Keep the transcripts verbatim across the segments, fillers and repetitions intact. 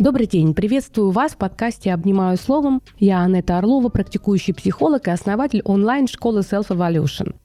Добрый день, приветствую вас в подкасте «Обнимаю словом». Я Анетта Орлова, практикующий психолог и основатель онлайн-школы Self-Evolution.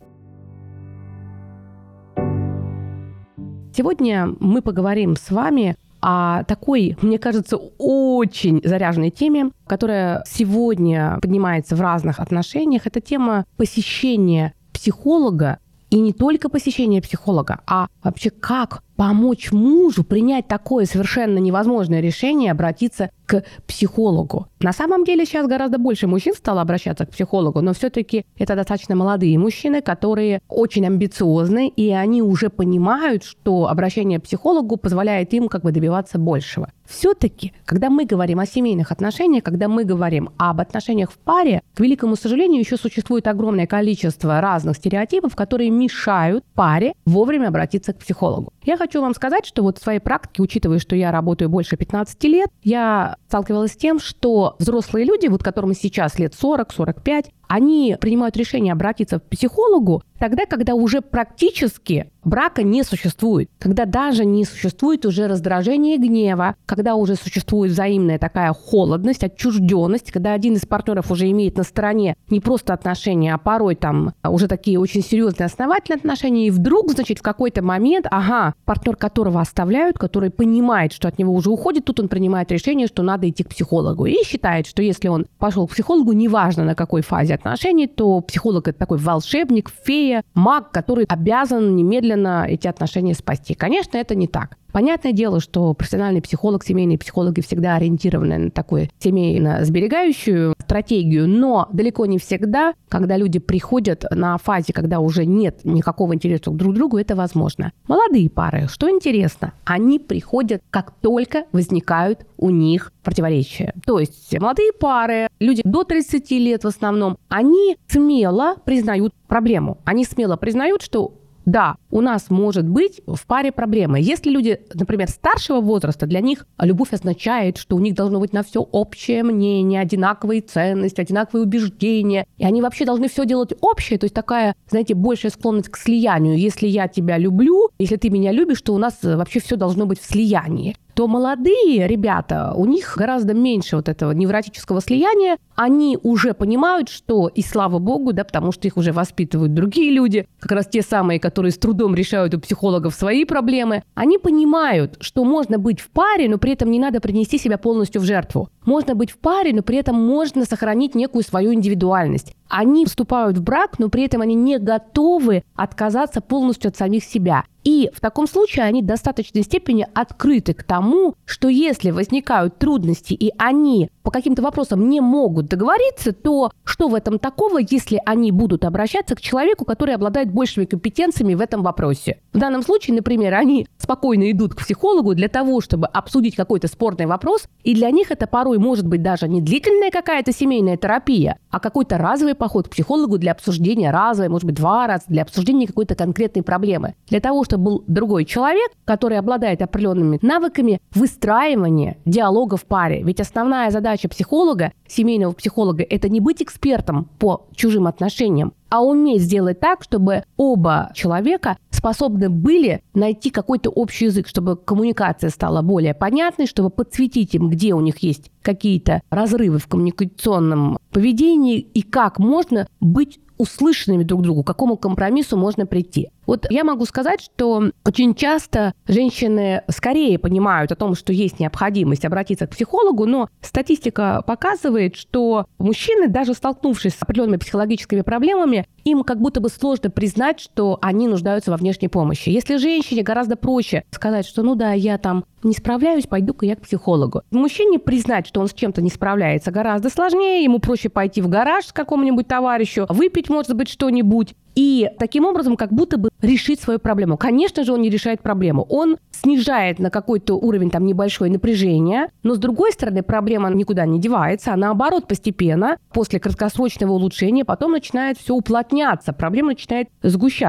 Сегодня мы поговорим с вами о такой, мне кажется, очень заряженной теме, которая сегодня поднимается в разных отношениях. Это тема посещения психолога, и не только посещения психолога, а вообще как помочь мужу принять такое совершенно невозможное решение обратиться к психологу. На самом деле сейчас гораздо больше мужчин стало обращаться к психологу, но все-таки это достаточно молодые мужчины, которые очень амбициозны, и они уже понимают, что обращение к психологу позволяет им как бы добиваться большего. Все-таки, когда мы говорим о семейных отношениях, когда мы говорим об отношениях в паре, к великому сожалению, еще существует огромное количество разных стереотипов, которые мешают паре вовремя обратиться к психологу. Я хочу вам сказать, что вот в своей практике, учитывая, что я работаю больше пятнадцати лет, я сталкивалась с тем, что взрослые люди, вот которым сейчас лет сорок - сорок пять, они принимают решение обратиться к психологу тогда, когда уже практически брака не существует, когда даже не существует уже раздражения и гнева, когда уже существует взаимная такая холодность, отчужденность, когда один из партнеров уже имеет на стороне не просто отношения, а порой там уже такие очень серьезные основательные отношения, и вдруг, значит, в какой-то момент, ага, партнер которого оставляют, который понимает, что от него уже уходит, тут он принимает решение, что надо идти к психологу, и считает, что если он пошел к психологу, неважно на какой фазе отношений, то психолог – это такой волшебник, фея, маг, который обязан немедленно эти отношения спасти. Конечно, это не так. Понятное дело, что профессиональный психолог, семейные психологи всегда ориентированы на такую семейно-сберегающую стратегию, но далеко не всегда, когда люди приходят на фазе, когда уже нет никакого интереса друг к другу, это возможно. Молодые пары, что интересно, они приходят, как только возникают у них противоречия. То есть молодые пары, люди до тридцати лет в основном, они смело признают проблему. Они смело признают, что да, у нас может быть в паре проблемы. Если люди, например, старшего возраста, для них любовь означает, что у них должно быть на все общее мнение, одинаковые ценности, одинаковые убеждения. И они вообще должны все делать общее. То есть такая, знаете, большая склонность к слиянию. Если я тебя люблю, если ты меня любишь, то у нас вообще все должно быть в слиянии. То молодые ребята, у них гораздо меньше вот этого невротического слияния. Они уже понимают, что, и слава богу, да, потому что их уже воспитывают другие люди, как раз те самые, которые с трудом решают у психологов свои проблемы, они понимают, что можно быть в паре, но при этом не надо принести себя полностью в жертву. Можно быть в паре, но при этом можно сохранить некую свою индивидуальность. Они вступают в брак, но при этом они не готовы отказаться полностью от самих себя. И в таком случае они в достаточной степени открыты к тому, что если возникают трудности, и они по каким-то вопросам не могут договориться, то что в этом такого, если они будут обращаться к человеку, который обладает большими компетенциями в этом вопросе? В данном случае, например, они спокойно идут к психологу для того, чтобы обсудить какой-то спорный вопрос, и для них это порой может быть даже не длительная какая-то семейная терапия, а какой-то разовый поход к психологу для обсуждения разовой, может быть, два раза, для обсуждения какой-то конкретной проблемы. Для того, чтобы был другой человек, который обладает определенными навыками выстраивания диалога в паре. Ведь основная задача психолога, семейного психолога, это не быть экспертом по чужим отношениям, а уметь сделать так, чтобы оба человека способны были найти какой-то общий язык, чтобы коммуникация стала более понятной, чтобы подсветить им, где у них есть какие-то разрывы в коммуникационном поведении и как можно быть услышанными друг другу, к какому компромиссу можно прийти. Вот я могу сказать, что очень часто женщины скорее понимают о том, что есть необходимость обратиться к психологу, но статистика показывает, что мужчины, даже столкнувшись с определенными психологическими проблемами, им как будто бы сложно признать, что они нуждаются во внешней помощи. Если женщине гораздо проще сказать, что ну да, я там не справляюсь, пойду-ка я к психологу. Мужчине признать, что он с чем-то не справляется, гораздо сложнее, ему проще пойти в гараж к какому-нибудь товарищу, выпить, может быть, что-нибудь, и таким образом как будто бы решить свою проблему. Конечно же, он не решает проблему. Он снижает на какой-то уровень там небольшое напряжение, но с другой стороны проблема никуда не девается, а наоборот постепенно, после краткосрочного улучшения, потом начинает все уплотняться, проблема начинает сгущаться.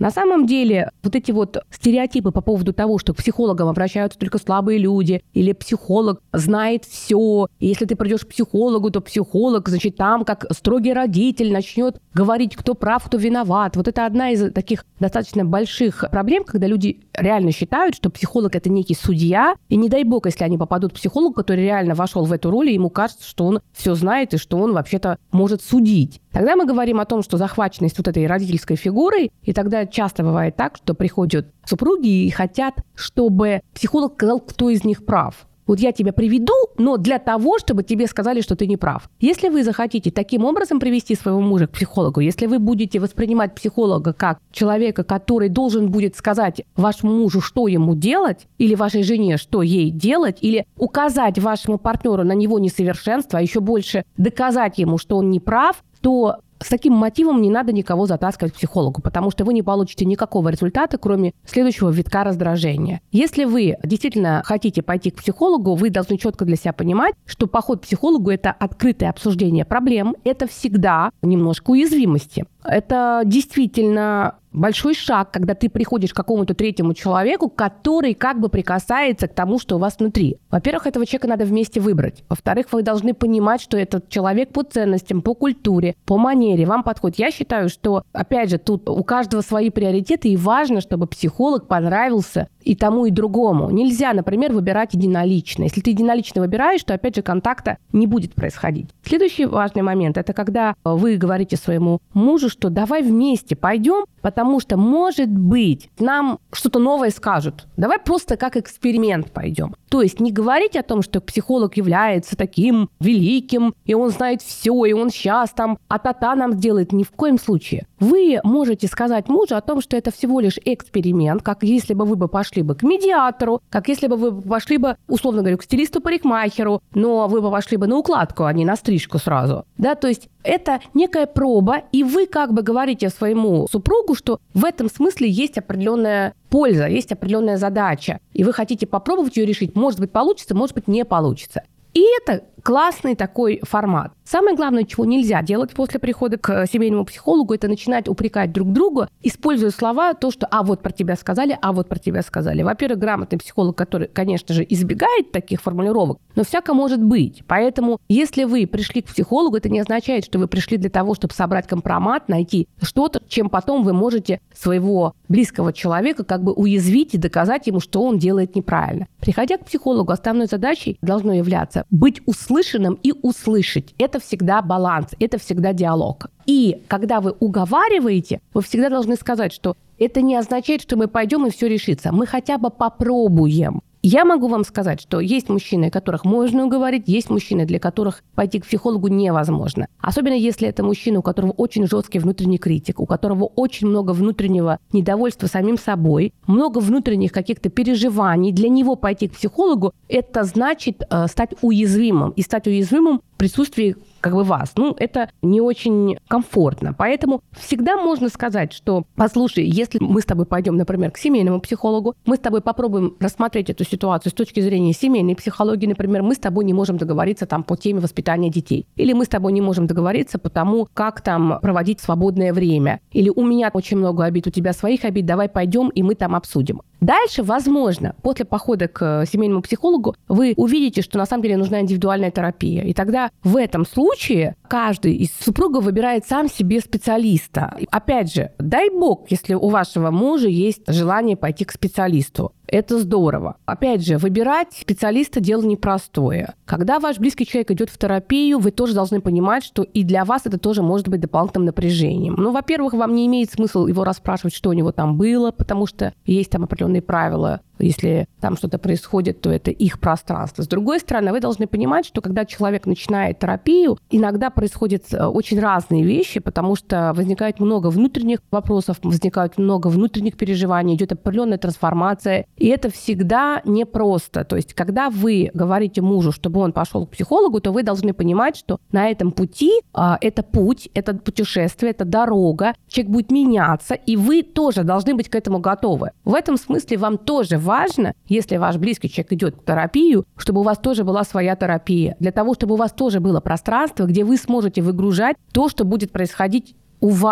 На самом деле, вот эти вот стереотипы по поводу того, что к психологам обращаются только слабые люди, или психолог знает все, и если ты придешь к психологу, то психолог, значит, там как строгий родитель начнет говорить, кто прав, кто виноват. Вот это одна из таких достаточно больших проблем, когда люди реально считают, что психолог — это некий судья, и не дай бог, если они попадут к психологу, который реально вошел в эту роль, и ему кажется, что он все знает и что он вообще-то может судить. Тогда мы говорим о том, что захваченность вот этой родительской фигурой, и тогда часто бывает так, что приходят супруги и хотят, чтобы психолог сказал, кто из них прав. Вот я тебя приведу, но для того, чтобы тебе сказали, что ты не прав. Если вы захотите таким образом привести своего мужа к психологу, если вы будете воспринимать психолога как человека, который должен будет сказать вашему мужу, что ему делать, или вашей жене, что ей делать, или указать вашему партнеру на него несовершенство, а еще больше доказать ему, что он не прав, то с таким мотивом не надо никого затаскивать к психологу, потому что вы не получите никакого результата, кроме следующего витка раздражения. Если вы действительно хотите пойти к психологу, вы должны четко для себя понимать, что поход к психологу – это открытое обсуждение проблем, это всегда немножко уязвимости. Это действительно большой шаг, когда ты приходишь к какому-то третьему человеку, который как бы прикасается к тому, что у вас внутри. Во-первых, этого человека надо вместе выбрать. Во-вторых, вы должны понимать, что этот человек по ценностям, по культуре, по манере вам подходит. Я считаю, что, опять же, тут у каждого свои приоритеты, и важно, чтобы психолог понравился и тому, и другому. Нельзя, например, выбирать единолично. Если ты единолично выбираешь, то, опять же, контакта не будет происходить. Следующий важный момент – это когда вы говорите своему мужу, что давай вместе пойдем, потому что, может быть, нам что-то новое скажут. Давай просто как эксперимент пойдем. То есть не говорить о том, что психолог является таким великим, и он знает все, и он сейчас там а-та-та нам сделает. Ни в коем случае. Вы можете сказать мужу о том, что это всего лишь эксперимент, как если бы вы бы пошли бы к медиатору, как если бы вы пошли бы, условно говоря, к стилисту-парикмахеру, но вы бы пошли бы на укладку, а не на стрижку сразу. Да, то есть это некая проба, и вы как бы говорите своему супругу, что в этом смысле есть определенная польза, есть определенная задача, и вы хотите попробовать ее решить. Может быть, получится, может быть, не получится. И это классный такой формат. Самое главное, чего нельзя делать после прихода к семейному психологу, это начинать упрекать друг друга, используя слова, то, что «а вот про тебя сказали», «а вот про тебя сказали». Во-первых, грамотный психолог, который, конечно же, избегает таких формулировок, но всяко может быть. Поэтому, если вы пришли к психологу, это не означает, что вы пришли для того, чтобы собрать компромат, найти что-то, чем потом вы можете своего близкого человека как бы уязвить и доказать ему, что он делает неправильно. Приходя к психологу, основной задачей должно являться быть услышанным и услышать. Это всегда баланс, это всегда диалог. И когда вы уговариваете, вы всегда должны сказать, что это не означает, что мы пойдем и все решится. Мы хотя бы попробуем. Я могу вам сказать, что есть мужчины, которых можно уговорить, есть мужчины, для которых пойти к психологу невозможно. Особенно если это мужчина, у которого очень жесткий внутренний критик, у которого очень много внутреннего недовольства самим собой, много внутренних каких-то переживаний. Для него пойти к психологу – это значит э, стать уязвимым. И стать уязвимым в присутствии как бы вас. Ну, это не очень комфортно. Поэтому всегда можно сказать, что, послушай, если мы с тобой пойдем, например, к семейному психологу, мы с тобой попробуем рассмотреть эту ситуацию с точки зрения семейной психологии, например, мы с тобой не можем договориться там по теме воспитания детей. Или мы с тобой не можем договориться по тому, как там проводить свободное время. Или у меня очень много обид, у тебя своих обид, давай пойдем, и мы там обсудим. Дальше, возможно, после похода к семейному психологу вы увидите, что на самом деле нужна индивидуальная терапия. И тогда в этом случае каждый из супругов выбирает сам себе специалиста. Опять же, дай бог, если у вашего мужа есть желание пойти к специалисту. Это здорово. Опять же, выбирать специалиста – дело непростое. Когда ваш близкий человек идет в терапию, вы тоже должны понимать, что и для вас это тоже может быть дополнительным напряжением. Ну, во-первых, вам не имеет смысла его расспрашивать, что у него там было, потому что есть там определенные правила. Если там что-то происходит, то это их пространство. С другой стороны, вы должны понимать, что когда человек начинает терапию, иногда происходят очень разные вещи, потому что возникает много внутренних вопросов, возникает много внутренних переживаний, идет определенная трансформация. И это всегда непросто. То есть, когда вы говорите мужу, чтобы он пошел к психологу, то вы должны понимать, что на этом пути, а, это путь, это путешествие, это дорога, человек будет меняться, и вы тоже должны быть к этому готовы. В этом смысле вам тоже важно, если ваш близкий человек идет в терапию, чтобы у вас тоже была своя терапия, для того, чтобы у вас тоже было пространство, где вы сможете выгружать то, что будет происходить у вас.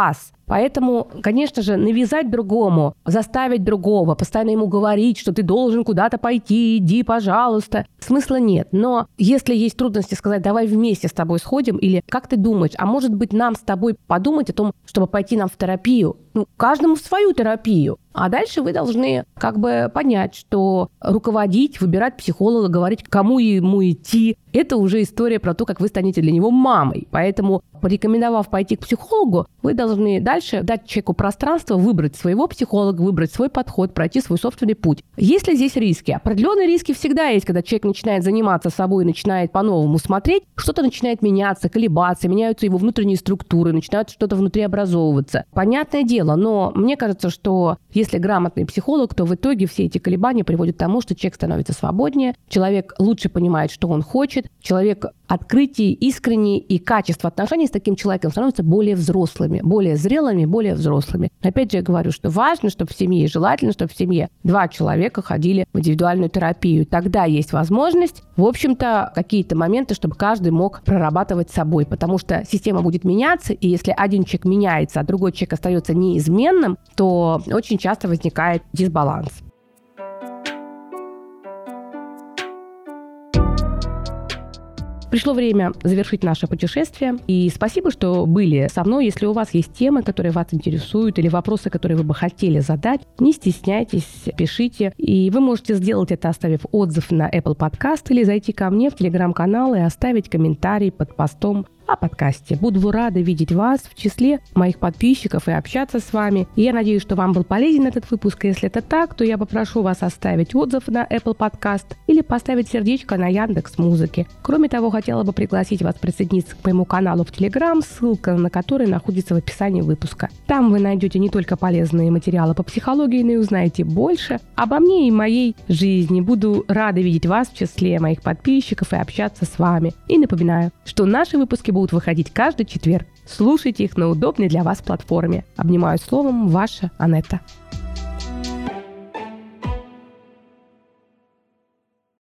Поэтому, конечно же, навязать другому, заставить другого, постоянно ему говорить, что ты должен куда-то пойти, иди, пожалуйста, смысла нет. Но если есть трудности сказать, давай вместе с тобой сходим, или как ты думаешь, а может быть нам с тобой подумать о том, чтобы пойти нам в терапию? Ну, каждому в свою терапию. А дальше вы должны как бы понять, что руководить, выбирать психолога, говорить, к кому ему идти, это уже история про то, как вы станете для него мамой. Поэтому, порекомендовав пойти к психологу, вы должны дальше дать человеку пространство, выбрать своего психолога, выбрать свой подход, пройти свой собственный путь. Есть ли здесь риски? Определенные риски всегда есть, когда человек начинает заниматься собой, начинает по-новому смотреть, что-то начинает меняться, колебаться, меняются его внутренние структуры, начинает что-то внутри образовываться. Понятное дело, но мне кажется, что если грамотный психолог, то в итоге все эти колебания приводят к тому, что человек становится свободнее, человек лучше понимает, что он хочет, человек открытие, искреннее и качество отношений с таким человеком становятся более взрослыми, более зрелыми, более взрослыми. Опять же, я говорю, что важно, чтобы в семье, желательно, чтобы в семье два человека ходили в индивидуальную терапию. Тогда есть возможность, в общем-то, какие-то моменты, чтобы каждый мог прорабатывать с собой, потому что система будет меняться, и если один человек меняется, а другой человек остается неизменным, то очень часто возникает дисбаланс. Пришло время завершить наше путешествие. И спасибо, что были со мной. Если у вас есть темы, которые вас интересуют, или вопросы, которые вы бы хотели задать, не стесняйтесь, пишите. И вы можете сделать это, оставив отзыв на Apple Podcast или зайти ко мне в Telegram-канал и оставить комментарий под постом о подкасте. Буду рада видеть вас в числе моих подписчиков и общаться с вами. И я надеюсь, что вам был полезен этот выпуск. И если это так, то я попрошу вас оставить отзыв на Apple Podcast или поставить сердечко на Яндекс.Музыке. Кроме того, хотела бы пригласить вас присоединиться к моему каналу в Telegram, ссылка на который находится в описании выпуска. Там вы найдете не только полезные материалы по психологии, но и узнаете больше обо мне и моей жизни. Буду рада видеть вас в числе моих подписчиков и общаться с вами. И напоминаю, что наши выпуски будут выходить каждый четверг. Слушайте их на удобной для вас платформе. Обнимаю словом, ваша Анетта.